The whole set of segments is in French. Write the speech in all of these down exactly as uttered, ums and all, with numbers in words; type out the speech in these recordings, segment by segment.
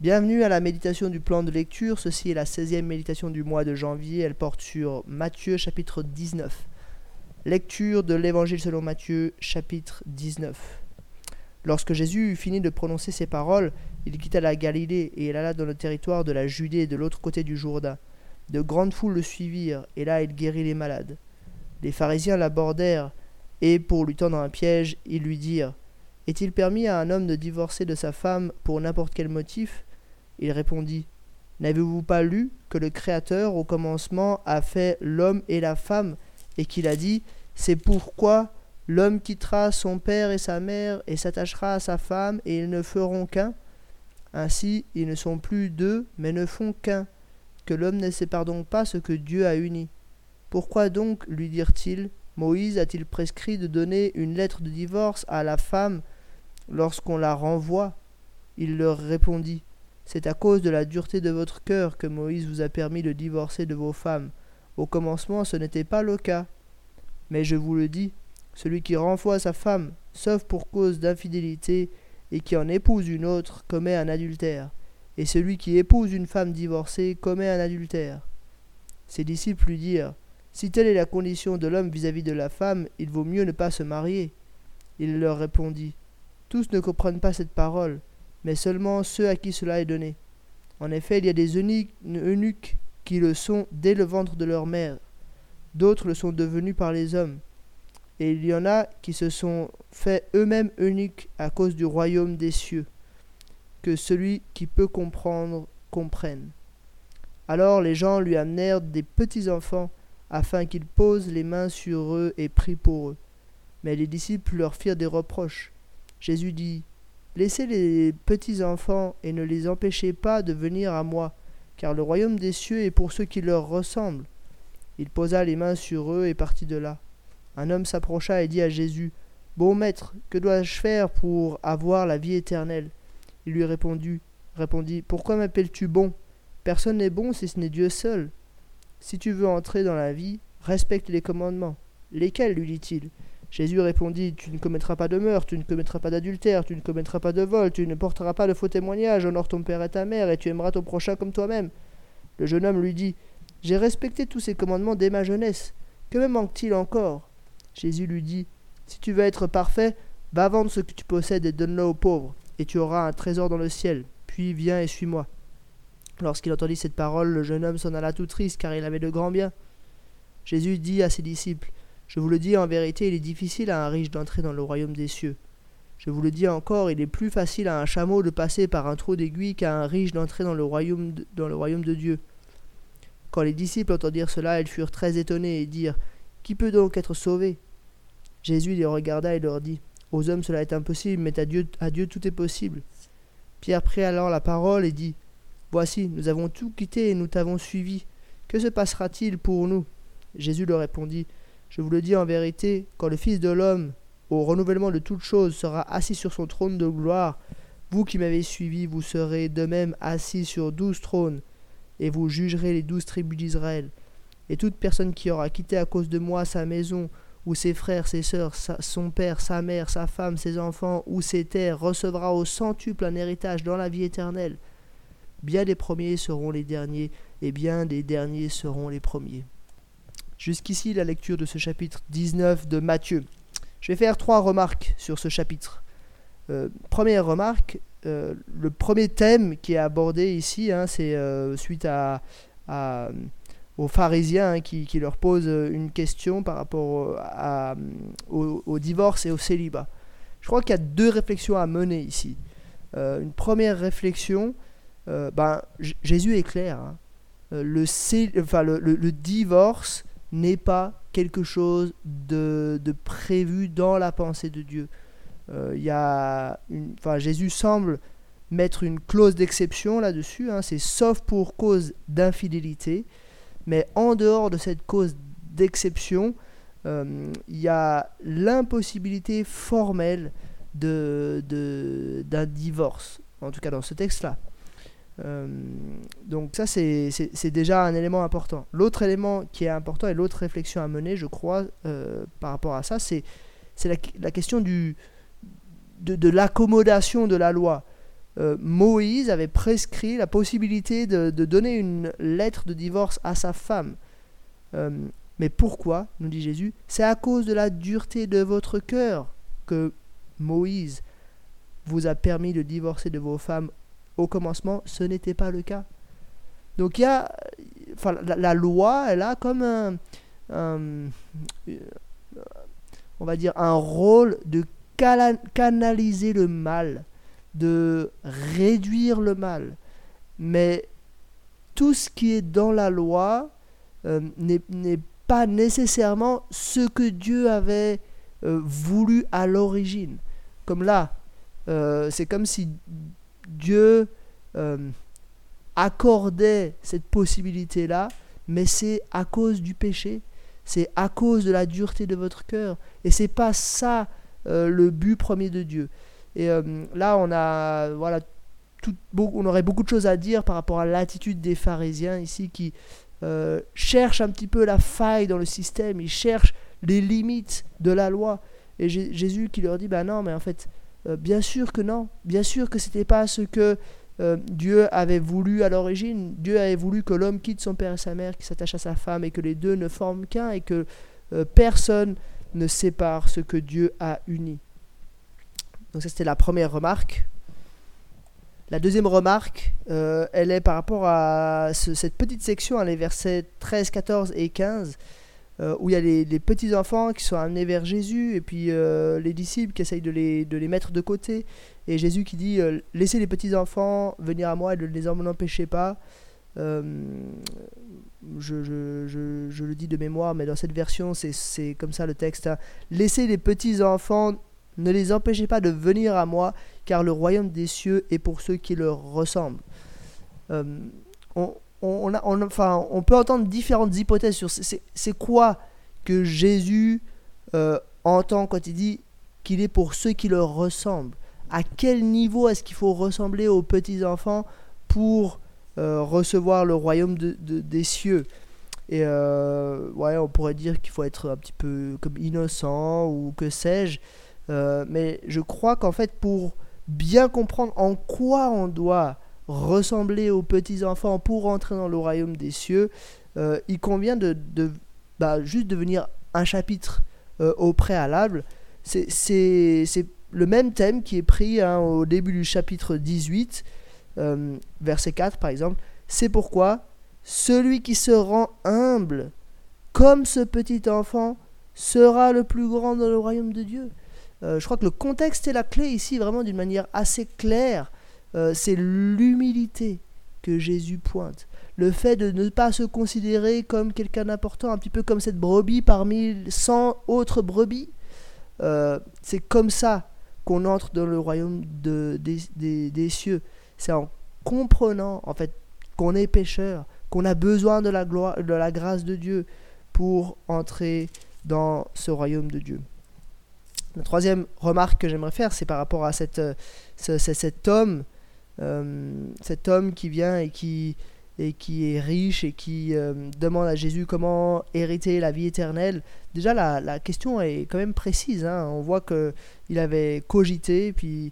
Bienvenue à la méditation du plan de lecture. Ceci est la seizième méditation du mois de janvier. Elle porte sur Matthieu chapitre dix-neuf. Lecture de l'évangile selon Matthieu chapitre dix-neuf. Lorsque Jésus eut fini de prononcer ces paroles, il quitta la Galilée et il alla dans le territoire de la Judée de l'autre côté du Jourdain. De grandes foules le suivirent et là il guérit les malades. Les pharisiens l'abordèrent et pour lui tendre un piège, ils lui dirent: Est-il permis à un homme de divorcer de sa femme pour n'importe quel motif ? Il répondit: N'avez-vous pas lu que le Créateur, au commencement, a fait l'homme et la femme, et qu'il a dit: C'est pourquoi l'homme quittera son père et sa mère, et s'attachera à sa femme, et ils ne feront qu'un. Ainsi, ils ne sont plus deux, mais ne font qu'un. Que l'homme ne sépare donc pas ce que Dieu a uni. Pourquoi donc, lui dirent-ils, Moïse a-t-il prescrit de donner une lettre de divorce à la femme lorsqu'on la renvoie ? Il leur répondit: C'est à cause de la dureté de votre cœur que Moïse vous a permis de divorcer de vos femmes. Au commencement, ce n'était pas le cas. Mais je vous le dis, celui qui renvoie sa femme, sauf pour cause d'infidélité, et qui en épouse une autre, commet un adultère. Et celui qui épouse une femme divorcée commet un adultère. Ses disciples lui dirent: Si telle est la condition de l'homme vis-à-vis de la femme, il vaut mieux ne pas se marier. Il leur répondit: Tous ne comprennent pas cette parole, mais seulement ceux à qui cela est donné. En effet, il y a des eunuques qui le sont dès le ventre de leur mère, d'autres le sont devenus par les hommes, et il y en a qui se sont fait eux-mêmes eunuques à cause du royaume des cieux. Que celui qui peut comprendre comprenne. Alors les gens lui amenèrent des petits enfants, afin qu'il pose les mains sur eux et prie pour eux. Mais les disciples leur firent des reproches. Jésus dit: Laissez les petits enfants et ne les empêchez pas de venir à moi, car le royaume des cieux est pour ceux qui leur ressemblent. Il posa les mains sur eux et partit de là. Un homme s'approcha et dit à Jésus: Bon maître, que dois-je faire pour avoir la vie éternelle ? Il lui répondit, répondit Pourquoi m'appelles-tu bon ? Personne n'est bon si ce n'est Dieu seul. Si tu veux entrer dans la vie, respecte les commandements. Lesquels, lui dit-il ? Jésus répondit: Tu ne commettras pas de meurtre, tu ne commettras pas d'adultère, tu ne commettras pas de vol, tu ne porteras pas de faux témoignages, honore ton père et ta mère, et tu aimeras ton prochain comme toi-même. Le jeune homme lui dit: J'ai respecté tous ces commandements dès ma jeunesse. Que me manque-t-il encore ? Jésus lui dit: Si tu veux être parfait, va vendre ce que tu possèdes et donne-le aux pauvres, et tu auras un trésor dans le ciel. Puis viens et suis-moi. Lorsqu'il entendit cette parole, le jeune homme s'en alla tout triste, car il avait de grands biens. Jésus dit à ses disciples: Je vous le dis en vérité, il est difficile à un riche d'entrer dans le royaume des cieux. Je vous le dis encore, il est plus facile à un chameau de passer par un trou d'aiguille qu'à un riche d'entrer dans le royaume de, dans le royaume de Dieu. Quand les disciples entendirent cela, ils furent très étonnés et dirent: Qui peut donc être sauvé ? Jésus les regarda et leur dit: Aux hommes cela est impossible, mais à Dieu, à Dieu tout est possible. Pierre prit alors la parole et dit: Voici, nous avons tout quitté et nous t'avons suivi. Que se passera-t-il pour nous ? Jésus leur répondit: Je vous le dis en vérité, quand le Fils de l'homme, au renouvellement de toutes choses, sera assis sur son trône de gloire, vous qui m'avez suivi, vous serez de même assis sur douze trônes, et vous jugerez les douze tribus d'Israël. Et toute personne qui aura quitté à cause de moi sa maison, ou ses frères, ses sœurs, sa, son père, sa mère, sa femme, ses enfants, ou ses terres, recevra au centuple un héritage dans la vie éternelle. Bien des premiers seront les derniers, et bien des derniers seront les premiers. Jusqu'ici, la lecture de ce chapitre dix-neuf de Matthieu. Je vais faire trois remarques sur ce chapitre. Euh, première remarque, euh, le premier thème qui est abordé ici, hein, c'est euh, suite à, à, aux pharisiens hein, qui, qui leur posent une question par rapport à, au, au divorce et au célibat. Je crois qu'il y a deux réflexions à mener ici. Euh, une première réflexion, euh, ben, J- Jésus est clair. Hein. Euh, le, cé- enfin, le, le, le divorce n'est pas quelque chose de, de prévu dans la pensée de Dieu. Euh, y a une, enfin, Jésus semble mettre une clause d'exception là-dessus, hein, c'est sauf pour cause d'infidélité, mais en dehors de cette cause d'exception, il euh, y a l'impossibilité formelle de, de, d'un divorce, en tout cas dans ce texte-là. Euh, donc ça c'est, c'est, c'est déjà un élément important. L'autre élément qui est important et l'autre réflexion à mener, je crois, euh, par rapport à ça, c'est, c'est la, la question du, de, de l'accommodation de la loi. euh, Moïse avait prescrit la possibilité de, de donner une lettre de divorce à sa femme. Euh, mais pourquoi, nous dit Jésus, c'est à cause de la dureté de votre cœur que Moïse vous a permis de divorcer de vos femmes au commencement. Ce n'était pas le cas. Donc il y a, enfin, la, la loi, elle a comme un, un, on va dire un rôle de cala- canaliser le mal, de réduire le mal. Mais tout ce qui est dans la loi euh, n'est, n'est pas nécessairement ce que Dieu avait euh, voulu à l'origine. Comme là, euh, c'est comme si Dieu euh, accordait cette possibilité-là, mais c'est à cause du péché, c'est à cause de la dureté de votre cœur, et c'est pas ça euh, le but premier de Dieu. Et euh, là, on a, voilà, tout, on aurait beaucoup de choses à dire par rapport à l'attitude des pharisiens ici qui euh, cherchent un petit peu la faille dans le système, ils cherchent les limites de la loi. Et J- Jésus qui leur dit, ben non, mais en fait, euh, bien sûr que non, bien sûr que c'était pas ce que euh, Dieu avait voulu à l'origine. Dieu avait voulu que l'homme quitte son père et sa mère, qu'il s'attache à sa femme et que les deux ne forment qu'un et que euh, personne ne sépare ce que Dieu a uni. Donc ça, c'était la première remarque. La deuxième remarque, euh, elle est par rapport à ce, cette petite section, hein, les versets treize, quatorze et quinze, euh, où il y a les, les petits-enfants qui sont amenés vers Jésus, et puis euh, les disciples qui essayent de les, de les mettre de côté, et Jésus qui dit euh, « Laissez les petits-enfants venir à moi et ne les en empêchez pas euh, ». Je, je, je, je le dis de mémoire, mais dans cette version, c'est, c'est comme ça le texte. Hein. « Laissez les petits-enfants, ne les empêchez pas de venir à moi, car le royaume des cieux est pour ceux qui leur ressemblent. Euh, » on, on, a, on, enfin, on peut entendre différentes hypothèses sur c'est, c'est quoi que Jésus euh, entend quand il dit qu'il est pour ceux qui leur ressemblent. À quel niveau est-ce qu'il faut ressembler aux petits-enfants pour euh, recevoir le royaume de, de, des cieux? Et euh, ouais, on pourrait dire qu'il faut être un petit peu comme innocent ou que sais-je. Euh, mais je crois qu'en fait, pour bien comprendre en quoi on doit ressembler aux petits-enfants pour entrer dans le royaume des cieux, euh, il convient de, de bah, juste devenir un chapitre euh, au préalable. C'est, c'est, c'est le même thème qui est pris hein, au début du chapitre dix-huit, euh, verset quatre par exemple. C'est pourquoi celui qui se rend humble comme ce petit enfant sera le plus grand dans le royaume de Dieu. Euh, je crois que le contexte est la clé ici, vraiment d'une manière assez claire. Euh, c'est l'humilité que Jésus pointe. Le fait de ne pas se considérer comme quelqu'un d'important, un petit peu comme cette brebis parmi cent autres brebis. Euh, c'est comme ça qu'on entre dans le royaume de, des, des, des cieux. C'est en comprenant en fait qu'on est pécheur, qu'on a besoin de la, gloire, de la grâce de Dieu pour entrer dans ce royaume de Dieu. La troisième remarque que j'aimerais faire, c'est par rapport à cette, ce, cet homme, euh, cet homme qui vient et qui, et qui est riche et qui euh, demande à Jésus comment hériter la vie éternelle. Déjà, la, la question est quand même précise. Hein. On voit qu'il avait cogité, puis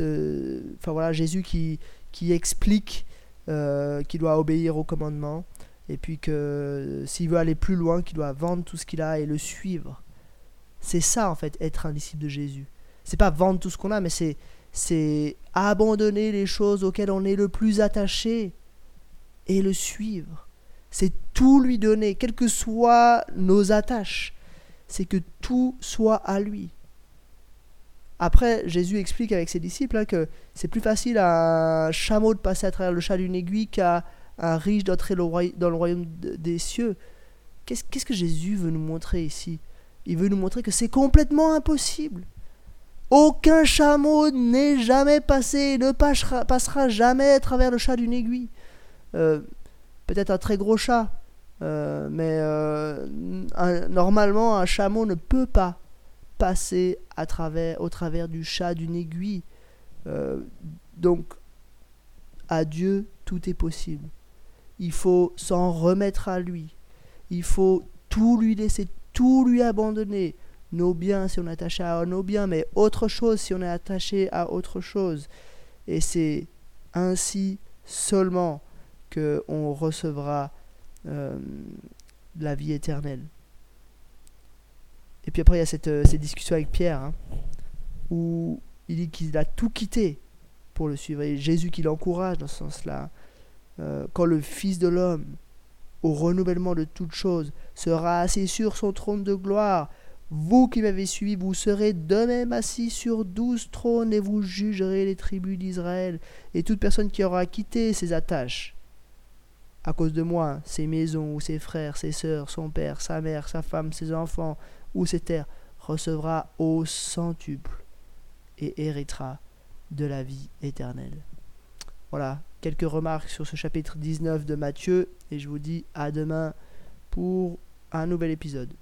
ce, enfin voilà, Jésus qui, qui explique euh, qu'il doit obéir au commandement, et puis que s'il veut aller plus loin, qu'il doit vendre tout ce qu'il a et le suivre. C'est ça en fait, être un disciple de Jésus. C'est pas vendre tout ce qu'on a, mais c'est, c'est abandonner les choses auxquelles on est le plus attaché et le suivre. C'est tout lui donner, quelles que soient nos attaches. C'est que tout soit à lui. Après, Jésus explique avec ses disciples hein, que c'est plus facile à un chameau de passer à travers le chat d'une aiguille qu'à un riche d'entrer dans le royaume des cieux. Qu'est-ce, qu'est-ce que Jésus veut nous montrer ici ? Il veut nous montrer que c'est complètement impossible. Aucun chameau n'est jamais passé et ne passera, passera jamais à travers le chat d'une aiguille. Euh, peut-être un très gros chat, euh, mais euh, un, normalement un chameau ne peut pas passer à travers, au travers du chat d'une aiguille. Euh, donc, à Dieu, tout est possible. Il faut s'en remettre à lui. Il faut tout lui laisser, tout lui abandonner. Nos biens si on est attaché à nos biens, mais autre chose si on est attaché à autre chose. Et c'est ainsi seulement qu'on recevra euh, la vie éternelle. Et puis après, il y a cette, euh, cette discussion avec Pierre, hein, où il dit qu'il a tout quitté pour le suivre. Et Jésus qui l'encourage dans ce sens-là. Euh, quand le Fils de l'homme, au renouvellement de toutes choses, sera assis sur son trône de gloire, vous qui m'avez suivi, vous serez de même assis sur douze trônes et vous jugerez les tribus d'Israël. Et toute personne qui aura quitté ses attaches, à cause de moi, ses maisons, ou ses frères, ses sœurs, son père, sa mère, sa femme, ses enfants, ou ses terres, recevra au centuple et héritera de la vie éternelle. Voilà, quelques remarques sur ce chapitre dix-neuf de Matthieu, et je vous dis à demain pour un nouvel épisode.